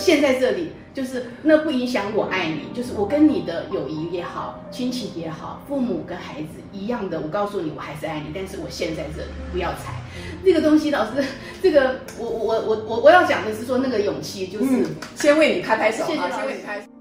现在这里，就是那不影响我爱你，就是我跟你的友谊也好，亲情也好，父母跟孩子一样的，我告诉你，我还是爱你，但是我现在这里不要猜。这个东西，老师，这个我要讲的是说那个勇气，就是、 先为你拍拍手， 谢谢老师， 先为你拍手。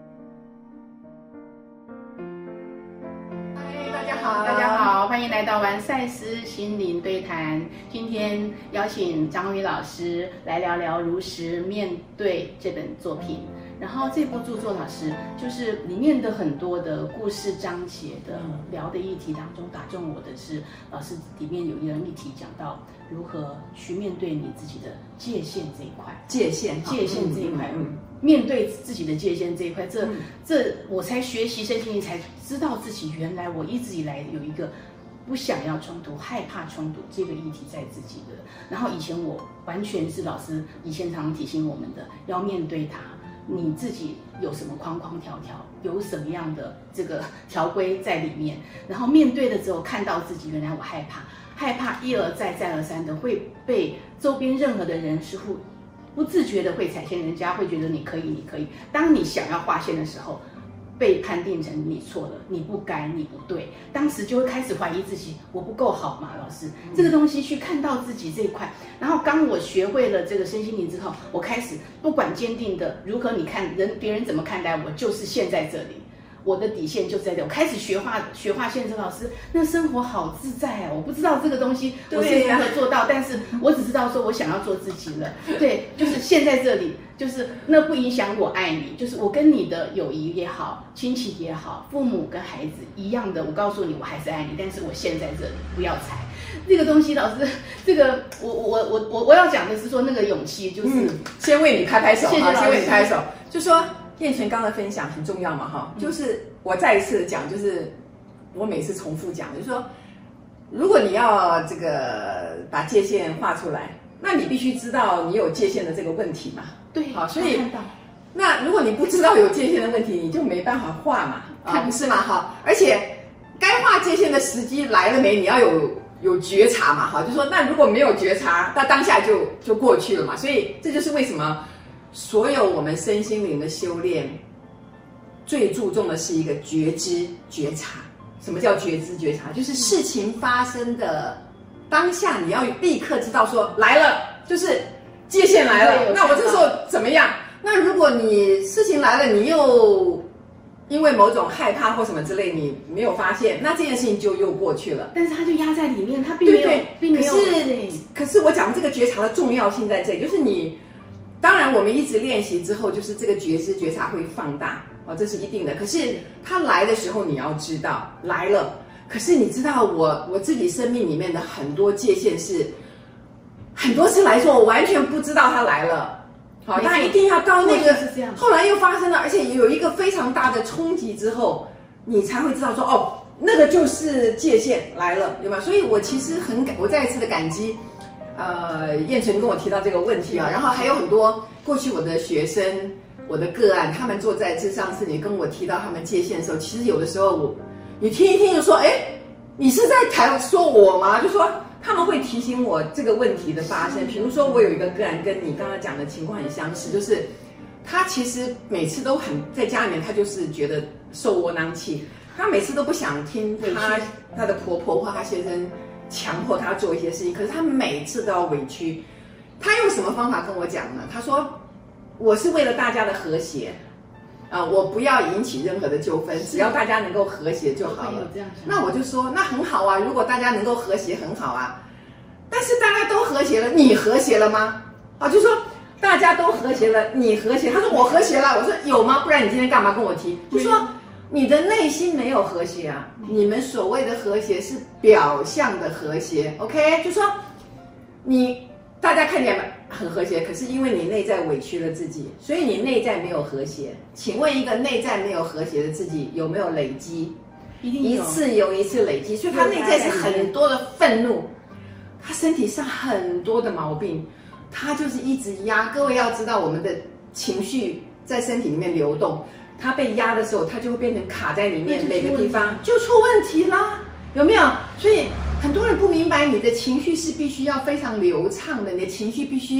大家好，欢迎来到完赛斯心灵对谈。今天邀请张宇老师来聊聊《如实面对》这本作品。然后这部著作，老师就是里面的很多的故事章节的聊的议题当中，打中我的是，老师里面有一个议题讲到如何去面对你自己的界限这一块，界限这一块，面对自己的界限这一块，这我才学习身心灵，才知道自己原来我一直以来有一个不想要冲突、害怕冲突这个议题在自己的。然后以前我完全是老师以前常提醒我们的，要面对它。你自己有什么框框条条，有什么样的这个条规在里面，然后面对了之后，看到自己原来我害怕一而再再而三的会被周边任何的人事物不自觉的会踩线，人家会觉得你可以。当你想要划线的时候，被判定成你错了，你不该，你不对，当时就会开始怀疑自己，我不够好吗？老师，这个东西去看到自己这一块。然后当我学会了这个身心灵之后，我开始不管坚定的如何，你看别人怎么看待我，就是现在这里。我的底线就在这，我开始学划线之后，老师，那生活好自在啊！我不知道这个东西我是如何做到，但是我只知道说我想要做自己了。对，就是现在这里，就是那不影响我爱你，就是我跟你的友谊也好，亲情也好，父母跟孩子一样的，我告诉你，我还是爱你，但是我现在这里不要猜。这个东西，老师，这个我要讲的是说那个勇气，就是先为你拍拍手， 谢谢老师， 先为你拍手，就说。燕纯刚刚的分享很重要嘛，哈，就是我再一次讲，就是我每次重复讲，就是说，如果你要这个把界限画出来，那你必须知道你有界限的这个问题嘛， 对， 好，所以那如果你不知道有界限的问题，你就没办法画嘛，不是嘛，哈，而且该画界限的时机来了没，你要有觉察嘛，哈，就说那如果没有觉察，那当下就过去了嘛，所以这就是为什么。所有我们身心灵的修炼，最注重的是一个觉知觉察。什么叫觉知觉察？就是事情发生的当下，你要立刻知道说来了，就是界限来了。那我这时候怎么样？那如果你事情来了，你又因为某种害怕或什么之类，你没有发现，那这件事情就又过去了。 但是它就压在里面，它并没有。 可是我讲这个觉察的重要性在这里，就是你。当然，我们一直练习之后，就是这个觉知觉察会放大哦，这是一定的。可是它来的时候，你要知道来了。可是你知道我自己生命里面的很多界限是，很多次来说，我完全不知道它来了。好，那一定要到那个后来又发生了，而且有一个非常大的冲击之后，你才会知道说哦，那个就是界限来了，有没有？所以我其实我再一次的感激。燕纯跟我提到这个问题啊，然后还有很多过去我的学生、我的个案，他们坐在咨商室里跟我提到他们界限的时候，其实有的时候你听一听就说，哎，你是在说我吗？就说他们会提醒我这个问题的发生。比如说我有一个个案跟你刚刚讲的情况很相似，就是他其实每次都在家里面，他就是觉得受窝囊气，他每次都不想听他的婆婆或他先生。强迫他做一些事情，可是他每次都要委屈。他用什么方法跟我讲呢？他说：“我是为了大家的和谐，我不要引起任何的纠纷，只要大家能够和谐就好了。”那我就说：“那很好啊，如果大家能够和谐，很好啊。但是大家都和谐了，你和谐了吗？啊，就说大家都和谐了，你和谐？他说我和谐了。我说有吗？不然你今天干嘛跟我提？就说。”你的内心没有和谐啊！你们所谓的和谐是表象的和谐 ，OK？ 就说大家看起来很和谐，可是因为你内在委屈了自己，所以你内在没有和谐。请问一个内在没有和谐的自己有没有累积？一次又一次累积，所以他内在是很多的愤怒，他身体上很多的毛病，他就是一直压。各位要知道，我们的情绪在身体里面流动。它被压的时候，它就会变成卡在里面，每个地方就出问题啦，有没有？所以很多人不明白，你的情绪是必须要非常流畅的，你的情绪必须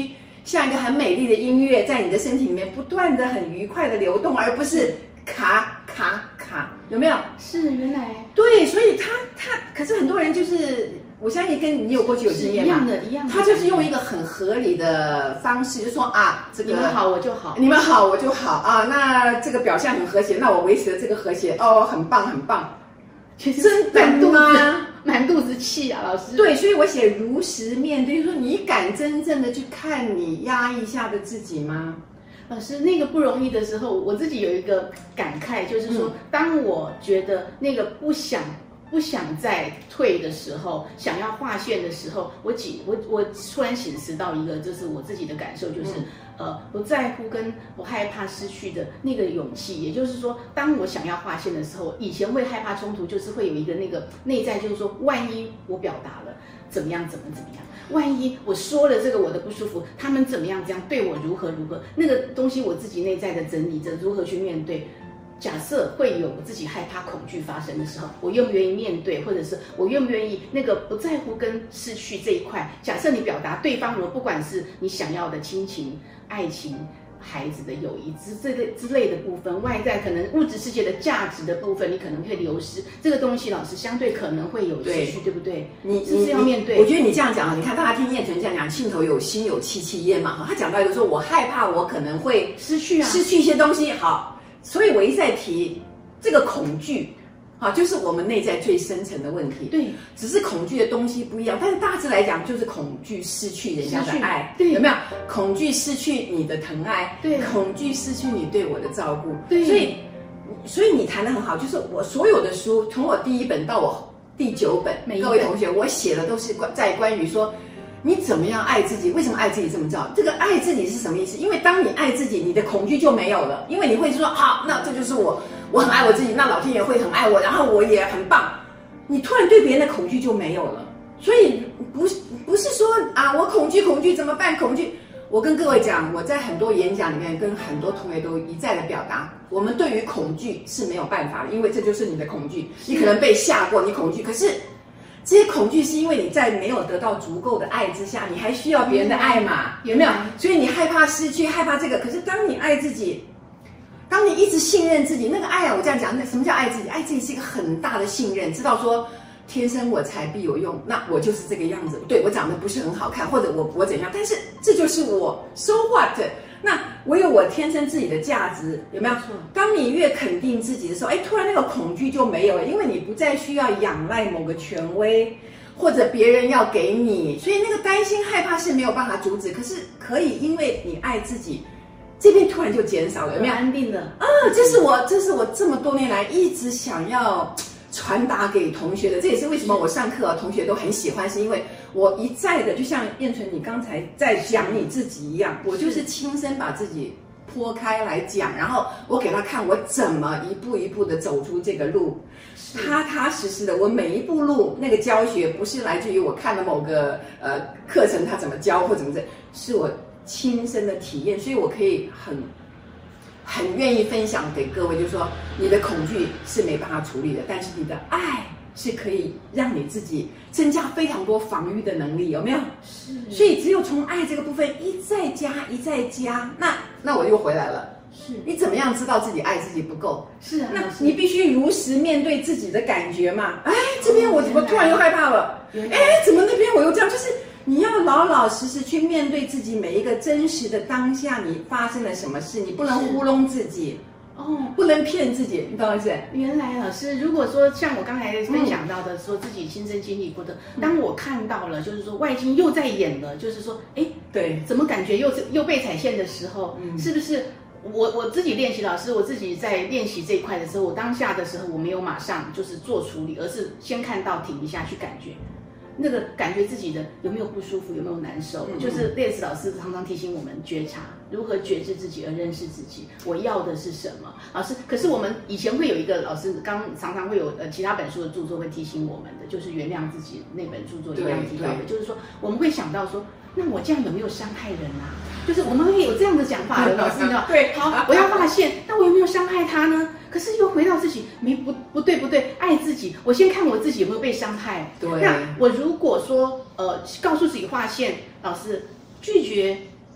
像一个很美丽的音乐，在你的身体里面不断的很愉快的流动，而不是卡卡卡，有没有？ 是原来对，所以他，可是很多人就是，我相信跟你有过去有经验嘛， 一样的， 他就是用一个很合理的方式，就说啊，这个你们好我就好， 你们好我就好啊，那这个表象很和谐，那我维持了这个和谐，哦，很棒很棒。 其实真的吗？ 满肚子气啊，老师。 对，所以我写如实面对，说你敢真正的去看你压抑下的自己吗？ 老师，那个不容易的时候，我自己有一个感慨，就是说，当我觉得那个不想再退的时候，想要划线的时候，我突然醒思到一个，就是我自己的感受，就是。不在乎跟不害怕失去的那个勇气，也就是说，当我想要划线的时候，以前会害怕冲突，就是会有一个那个内在，就是说，万一我表达了怎么样，万一我说了这个我的不舒服，他们怎么样，这样对我如何，那个东西我自己内在的整理着，如何去面对。假设会有我自己害怕恐惧发生的时候，我愿不愿意面对，或者是我愿不愿意那个不在乎跟失去这一块？假设你表达对方，不管是你想要的亲情、爱情、孩子的友谊之类的部分，外在可能物质世界的价值的部分，你可能会流失。这个东西，老师相对可能会有失去，对不对？你是要面对。 我觉得你这样讲啊，你看大家听燕纯这样讲，心头有心有戚戚焉嘛。他讲到一个说，我害怕我可能会失去一些东西。好。所以我一再提这个恐惧，就是我们内在最深层的问题。 对， 只是恐惧的东西不一样，但是大致来讲，就是恐惧失去人家的爱， 对， 有没有？恐惧失去你的疼爱， 对， 恐惧失去你对我的照顾， 对。 所以你谈得很好，就是我所有的书，从我第1本到我第9本，各位同学，我写的都是在关于说。你怎么样爱自己？为什么爱自己这么重要？这个爱自己是什么意思？因为当你爱自己，你的恐惧就没有了，因为你会说好，那这就是我很爱我自己，那老天爷会很爱我，然后我也很棒。你突然对别人的恐惧就没有了，所以不是说啊，我恐惧怎么办？恐惧，我跟各位讲，我在很多演讲里面跟很多同学都一再的表达，我们对于恐惧是没有办法的，因为这就是你的恐惧，你可能被吓过，你恐惧，可是。这些恐惧是因为你在没有得到足够的爱之下，你还需要别人的爱嘛？有没有？所以你害怕失去，害怕这个。可是当你爱自己，当你一直信任自己，那个爱啊，我这样讲，那什么叫爱自己？爱自己是一个很大的信任，知道说天生我材必有用，那我就是这个样子。对，我长得不是很好看，或者我怎样，但是这就是我 ，so what？那我有我天生自己的价值，有没有？当你越肯定自己的时候，突然那个恐惧就没有了，因为你不再需要仰赖某个权威或者别人要给你，所以那个担心害怕是没有办法阻止，可是可以因为你爱自己，这边突然就减少了，有没有？ 安定了啊！这是我这么多年来一直想要传达给同学的，这也是为什么我上课同学都很喜欢，是因为我一再的，就像燕纯你刚才在讲你自己一样，我就是亲身把自己剖开来讲，然后我给他看我怎么一步一步的走出这个路，踏踏实实的，我每一步路那个教学不是来自于我看了某个课程他怎么教或怎么着，是我亲身的体验，所以我可以很愿意分享给各位，就是说你的恐惧是没办法处理的，但是你的爱是可以让你自己增加非常多防御的能力，有没有？ 是。 所以只有从爱这个部分一再加，那我又回来了。 是。 你怎么样知道自己爱自己不够？ 是啊。 那你必须如实面对自己的感觉嘛。这边我怎么突然又害怕了？怎么那边我又这样？就是。你要老老实实去面对自己每一个真实的当下，你发生了什么事，你不能糊弄自己，不能骗自己，你懂我意思？ 原来老师，如果说像我刚才分享到的，说自己亲身经历过的，当我看到了，就是说外境又在演了，就是说， 对， 怎么感觉又被踩线的时候，是不是？我自己练习，老师，我自己在练习这一块的时候，我当下的时候我没有马上就是做处理，而是先看到停一下去感觉。那个感觉自己的有没有不舒服，有没有难受，就是列斯老师常常提醒我们觉察，如何觉知自己而认识自己，我要的是什么。老师，可是我们以前会有一个老师，常常会有其他本书的著作会提醒我们的，就是原谅自己那本著作一样提到的，就是说我们会想到说，那我这样有没有伤害人啊？就是我们会有这样的讲法的，老师你知道？ 对， 好，我要发现，那我有没有伤害他呢？可是又回到自己，不对，爱自己，我先看我自己有没有被伤害。 对， 那我如果说告诉自己划线，老师拒绝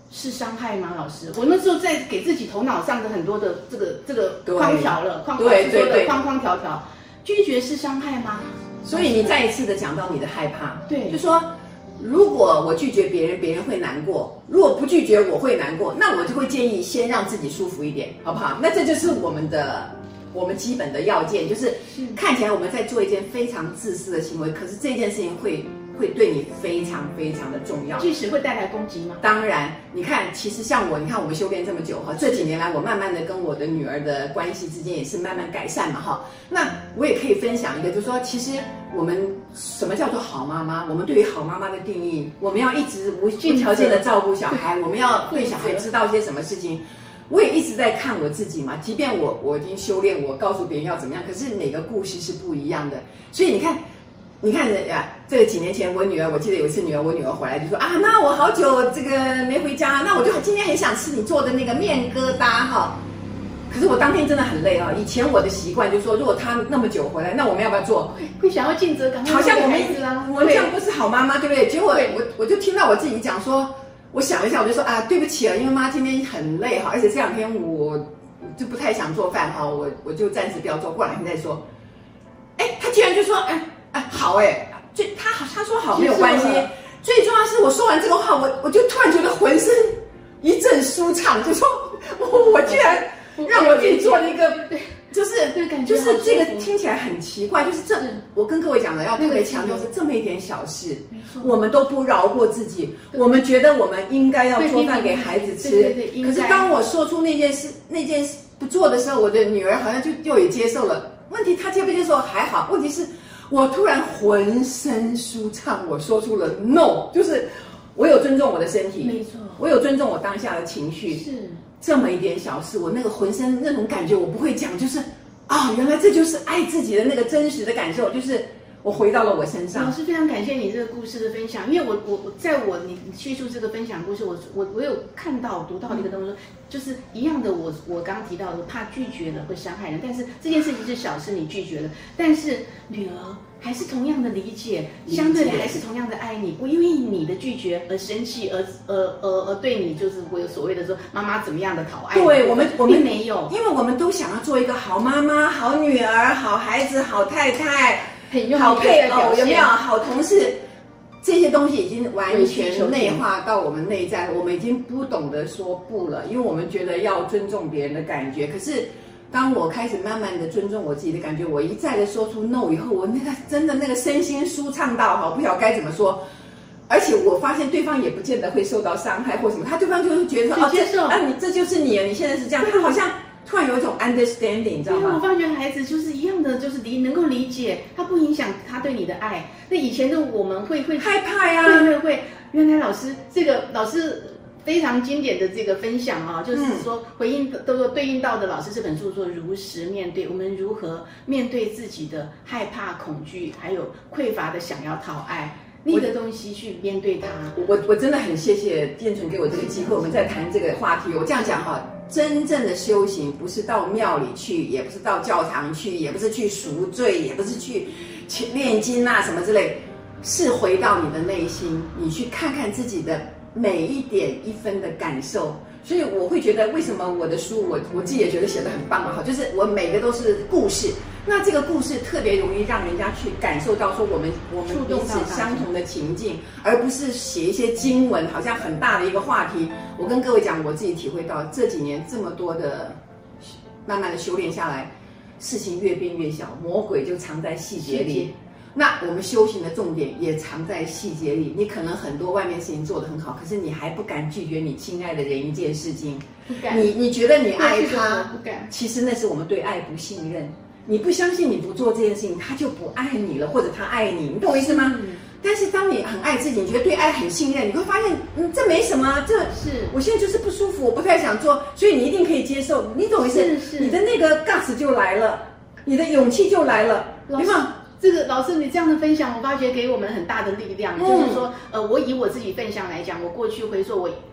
是伤害吗？老师，我那时候在给自己头脑上的很多的这个框条了，框条条，拒绝是伤害吗？ 所以你再一次的讲到你的害怕， 对， 就说如果我拒绝别人，别人会难过；如果不拒绝，我会难过。那我就会建议先让自己舒服一点，好不好？那这就是我们基本的要件，就是看起来我们在做一件非常自私的行为，可是这件事情会对你非常非常的重要。 即使会带来攻击吗？ 当然，你看，其实像我，你看我们修炼这么久哈，这几年来我慢慢的跟我的女儿的关系之间也是慢慢改善嘛哈。那我也可以分享一个，就是说，其实我们什么叫做好妈妈？我们对于好妈妈的定义，我们要一直无条件的照顾小孩，我们要对小孩知道一些什么事情。我也一直在看我自己嘛，即便我已经修炼，我告诉别人要怎么样，可是每个故事是不一样的。所以你看人家这个几年前，我记得有一次我女儿回来就说啊，那我好久这个没回家，那我就今天很想吃你做的那个面疙瘩哈。可是我当天真的很累啊。以前我的习惯就是说，如果她那么久回来，那我们要不要做？ 会想要尽责，赶快好像我们这样不是好妈妈，对不对？结果我就听到我自己讲说，我想一下，我就说啊，对不起啊，因为妈今天很累哈，而且这两天我就不太想做饭哈，我就暂时不要做，过两天再说。哎，她居然就说好就他说好没有关系，最重要是我说完这个话，我就突然觉得浑身一阵舒畅，就说我居然让我自己做了一个，就是这个听起来很奇怪，就是我跟各位讲的要特别强调是这么一点小事，我们都不饶过自己，我们觉得我们应该要做饭给孩子吃，可是当我说出那件事不做的时候，我的女儿好像就也接受了。问题她接不接受还好，问题是我突然浑身舒畅，我说出了 no， 就是我有尊重我的身体， 没错， 我有尊重我当下的情绪， 是这么一点小事，我那个浑身那种感觉我不会讲，就是原来这就是爱自己的那个真实的感受，就是我回到了我身上。 老师非常感谢你这个故事的分享，因为我在你叙述这个分享故事，我有看到读到的一个东西，就是一样的，我刚刚提到的，怕拒绝了会伤害人，但是这件事情是小事，你拒绝了，但是女儿还是同样的理解，相对的还是同样的爱你，不因为你的拒绝而生气，而对你就是我有所谓的说妈妈怎么样的讨爱。 对，我们并没有， 因为我们都想要做一个好妈妈、好女儿、好孩子、好太太、好配偶，有没有？好同事，这些东西已经完全内化到我们内在了，我们已经不懂得说不了，因为我们觉得要尊重别人的感觉，可是。当我开始慢慢的尊重我自己的感觉，我一再的说出 no 以后，我真的那个身心舒畅到不晓得该怎么说，而且我发现对方也不见得会受到伤害或什么，对方就是觉得说你这就是你现在是这样，他好像突然有一种 understanding， 你知道吗？ 我发觉孩子就是一样的，就是能够理解，他不影响他对你的爱。那以前的我们会害怕呀， 会，原来老师。非常经典的这个分享啊，就是说回应都对应到的老师这本著作如实面对，我们如何面对自己的害怕、恐惧，还有匮乏的想要讨爱那个东西去面对它。 我真的很谢谢建纯给我这个机会，我们在谈这个话题。我这样讲哈，真正的修行不是到庙里去，也不是到教堂去，也不是去赎罪，也不是去念经啊什么之类，是回到你的内心，你去看看自己的。每一点一分的感受，所以我会觉得为什么我的书我自己也觉得写得很棒嘛，就是我每个都是故事，那这个故事特别容易让人家去感受到说我们彼此相同的情境，而不是写一些经文，好像很大的一个话题。我跟各位讲，我自己体会到这几年这么多的慢慢的修炼下来，事情越变越小，魔鬼就藏在细节里。那我们修行的重点也藏在细节里。你可能很多外面事情做得很好，可是你还不敢拒绝你亲爱的人一件事情。 不敢。 你觉得你爱他， 不敢。 其实那是我们对爱不信任。你不相信你不做这件事情，他就不爱你了，或者他爱你，你懂我意思吗？但是当你很爱自己，你觉得对爱很信任，你会发现，这没什么，这是我现在就是不舒服，我不太想做，所以你一定可以接受。你懂我意思？是。你的那个 guts 就来了，你的勇气就来了，对吗？ 这个老师，你这样的分享，我发觉给我们很大的力量。就是说，我以我自己分享来讲，我过去回溯，我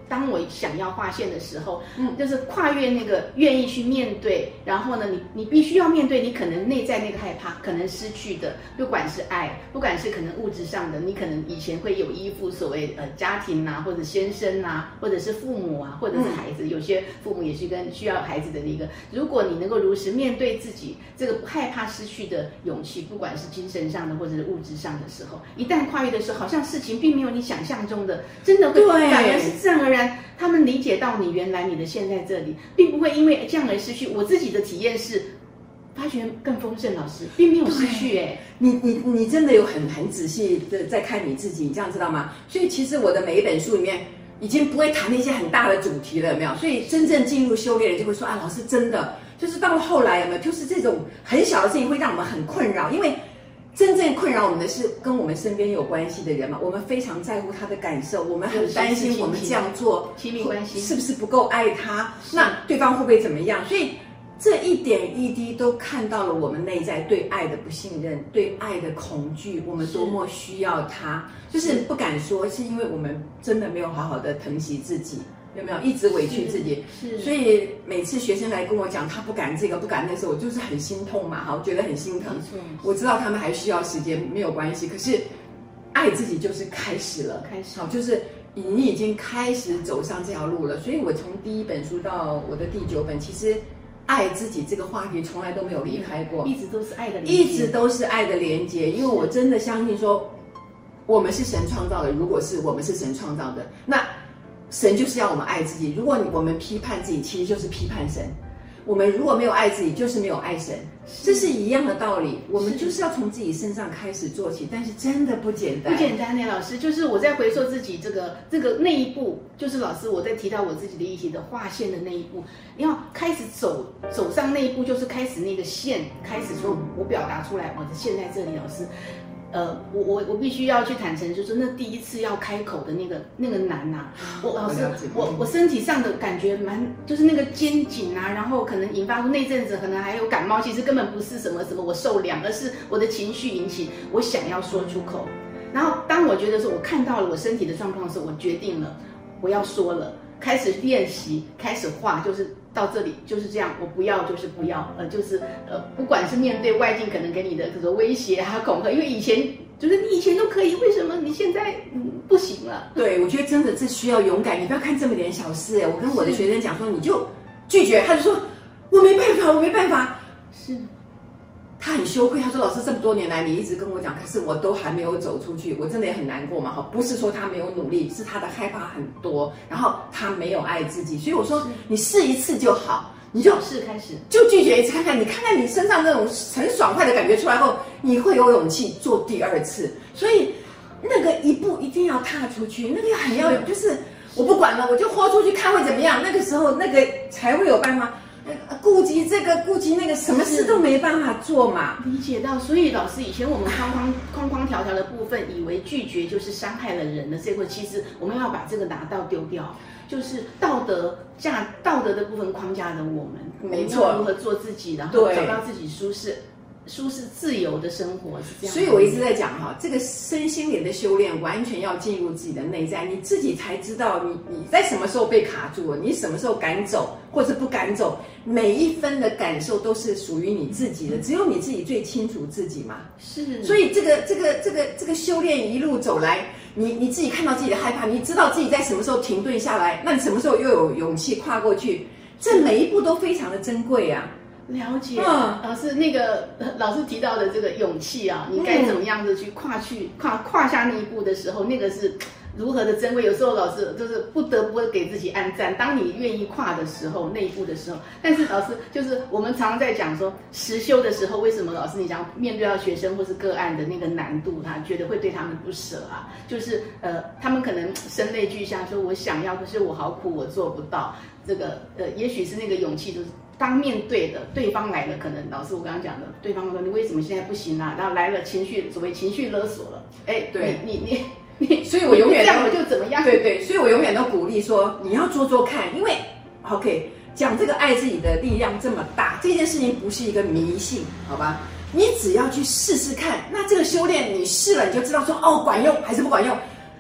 当我想要划线的时候，就是跨越那个愿意去面对，然后呢，你必须要面对你可能内在那个害怕，可能失去的，不管是爱，不管是可能物质上的，你可能以前会有依附所谓家庭啊，或者先生啊，或者是父母啊，或者是孩子，有些父母也是跟需要孩子的一个，如果你能够如实面对自己这个害怕失去的勇气，不管是精神上的或者是物质上的时候，一旦跨越的时候，好像事情并没有你想象中的，真的会反而是自然而然，他们理解到你原来你的现在这里，并不会因为这样而失去。我自己的体验是，发觉更丰盛，老师并没有失去哎。 你真的有很仔细的在看你自己，你这样知道吗？所以其实我的每一本书里面已经不会谈那些很大的主题了，有没有？所以真正进入修炼人就会说啊，老师真的就是到了后来有没有？就是这种很小的事情会让我们很困扰，因为真正困扰我们的是跟我们身边有关系的人嘛，我们非常在乎他的感受，我们很担心我们这样做亲密关系是不是不够爱他，那对方会不会怎么样？所以这一点一滴都看到了我们内在对爱的不信任，对爱的恐惧，我们多么需要他，就是不敢说，是因为我们真的没有好好的疼惜自己。有没有一直委屈自己？所以每次学生来跟我讲他不敢这个不敢那时候，我就是很心痛嘛，我觉得很心疼。我知道他们还需要时间，没有关系。可是爱自己就是开始了，好，就是你已经开始走上这条路了。所以我从第一本书到我的第9本，其实爱自己这个话题从来都没有离开过， 一直都是爱的连接， 一直都是爱的连接。因为我真的相信说，我们是神创造的，如果是我们是神创造的，那神就是要我们爱自己。如果我们批判自己，其实就是批判神。我们如果没有爱自己，就是没有爱神，这是一样的道理。我们就是要从自己身上开始做起，但是真的不简单， 不简单呢。老师，就是我在回溯自己这个那一步，就是老师我在提到我自己的议题的划线的那一步，你要开始走上那一步，就是开始那个线，开始说我表达出来，我的线在这里，老师。我必须要去坦诚，就是那第一次要开口的那个难呐、老师，我身体上的感觉就是那个肩颈啊，然后可能引发出那阵子可能还有感冒，其实根本不是什么我受凉，而是我的情绪引起我想要说出口。然后当我觉得说我看到了我身体的状况的时候，我决定了我要说了，开始练习，开始画，就是到这里就是这样，我不要就是不要，不管是面对外境可能给你的这个威胁啊、恐吓，因为以前就是你以前都可以，为什么你现在不行了？ 对，我觉得真的这需要勇敢，你不要看这么点小事。我跟我的学生讲说，你就拒绝，他就说我没办法， 是。 他很羞愧，他说：“老师，这么多年来你一直跟我讲，可是我都还没有走出去，我真的也很难过嘛。不是说他没有努力，是他的害怕很多，然后他没有爱自己。所以我说，你试一次就好，你就试开始， 就拒绝一次看看，你看看你身上那种很爽快的感觉出来后，你会有勇气做第2次。所以那个一步一定要踏出去，那个很要就是我不管了，我就豁出去看会怎么样。那个时候那个才会有办法。”顾及这个顾及那个，什么事都没办法做嘛。 理解到，所以老师以前我们框框条条的部分，以为拒绝就是伤害了人的这块，其实我们要把这个拿到丢掉，就是道德的部分框架了我们， 没错， 如何做自己，然后找到自己舒适自由的生活，是这样。 所以我一直在讲这个身心灵的修炼完全要进入自己的内在，你自己才知道你在什么时候被卡住了，你什么时候敢走或者不敢走，每一分的感受都是属于你自己的，只有你自己最清楚自己嘛。 是。 所以这个修炼一路走来，你自己看到自己的害怕，你知道自己在什么时候停顿下来，那你什么时候又有勇气跨过去，这每一步都非常的珍贵啊。 了解，老师那个老师提到的这个勇气啊，你该怎么样子去跨下那一步的时候，那个是如何的珍贵。有时候老师就是不得不给自己按赞，当你愿意跨的时候，那一步的时候。但是老师就是我们常常在讲说实修的时候，为什么老师你讲面对到学生或是个案的那个难度，他觉得会对他们不舍啊？就是他们可能声泪俱下说我想要，可是我好苦，我做不到。这个也许是那个勇气就是。当面对的对方来了，可能老师我刚刚讲的，对方说你为什么现在不行啊？然后来了所谓情绪勒索了，对你，所以我永远这样我就怎么样？对，所以我永远都鼓励说你要做看，因为 OK 讲这个爱自己的力量这么大，这件事情不是一个迷信，好吧？你只要去试试看，那这个修炼你试了你就知道说管用还是不管用。这个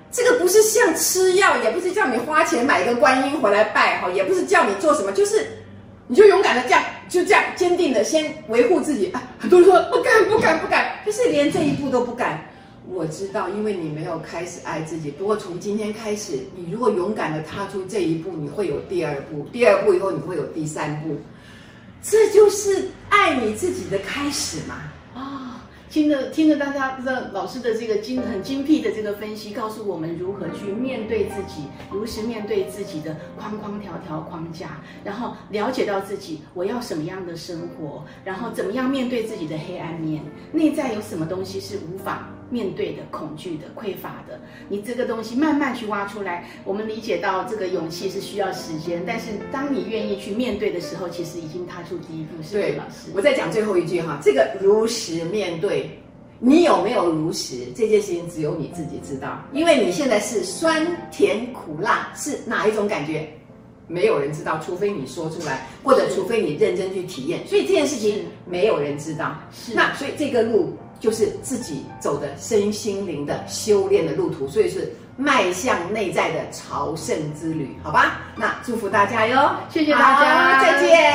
不是像吃药，也不是叫你花钱买个观音回来拜哈，也不是叫你做什么，就是你就勇敢的这样坚定的先维护自己。很多人说不敢，就是连这一步都不敢。我知道，因为你没有开始爱自己。不过从今天开始，你如果勇敢的踏出这一步，你会有第二步，第二步以后你会有第三步，这就是爱你自己的开始嘛。 听着大家的老师的这个很精辟的这个分析，告诉我们如何去面对自己，如实面对自己的框条框架，然后了解到自己我要什么样的生活，然后怎么样面对自己的黑暗面，内在有什么东西是无法面对的、恐惧的、匮乏的，你这个东西慢慢去挖出来。我们理解到这个勇气是需要时间，但是当你愿意去面对的时候，其实已经踏出第一步。是对，老师， 我再讲最后一句哈，这个如实面对，你有没有如实这件事情，只有你自己知道，因为你现在是酸甜苦辣是哪一种感觉，没有人知道，除非你说出来，或者除非你认真去体验。所以这件事情没有人知道。那所以这个路就是自己走的身心灵的修炼的路途，所以是迈向内在的朝圣之旅，好吧？那祝福大家哟， 谢谢大家， 再见。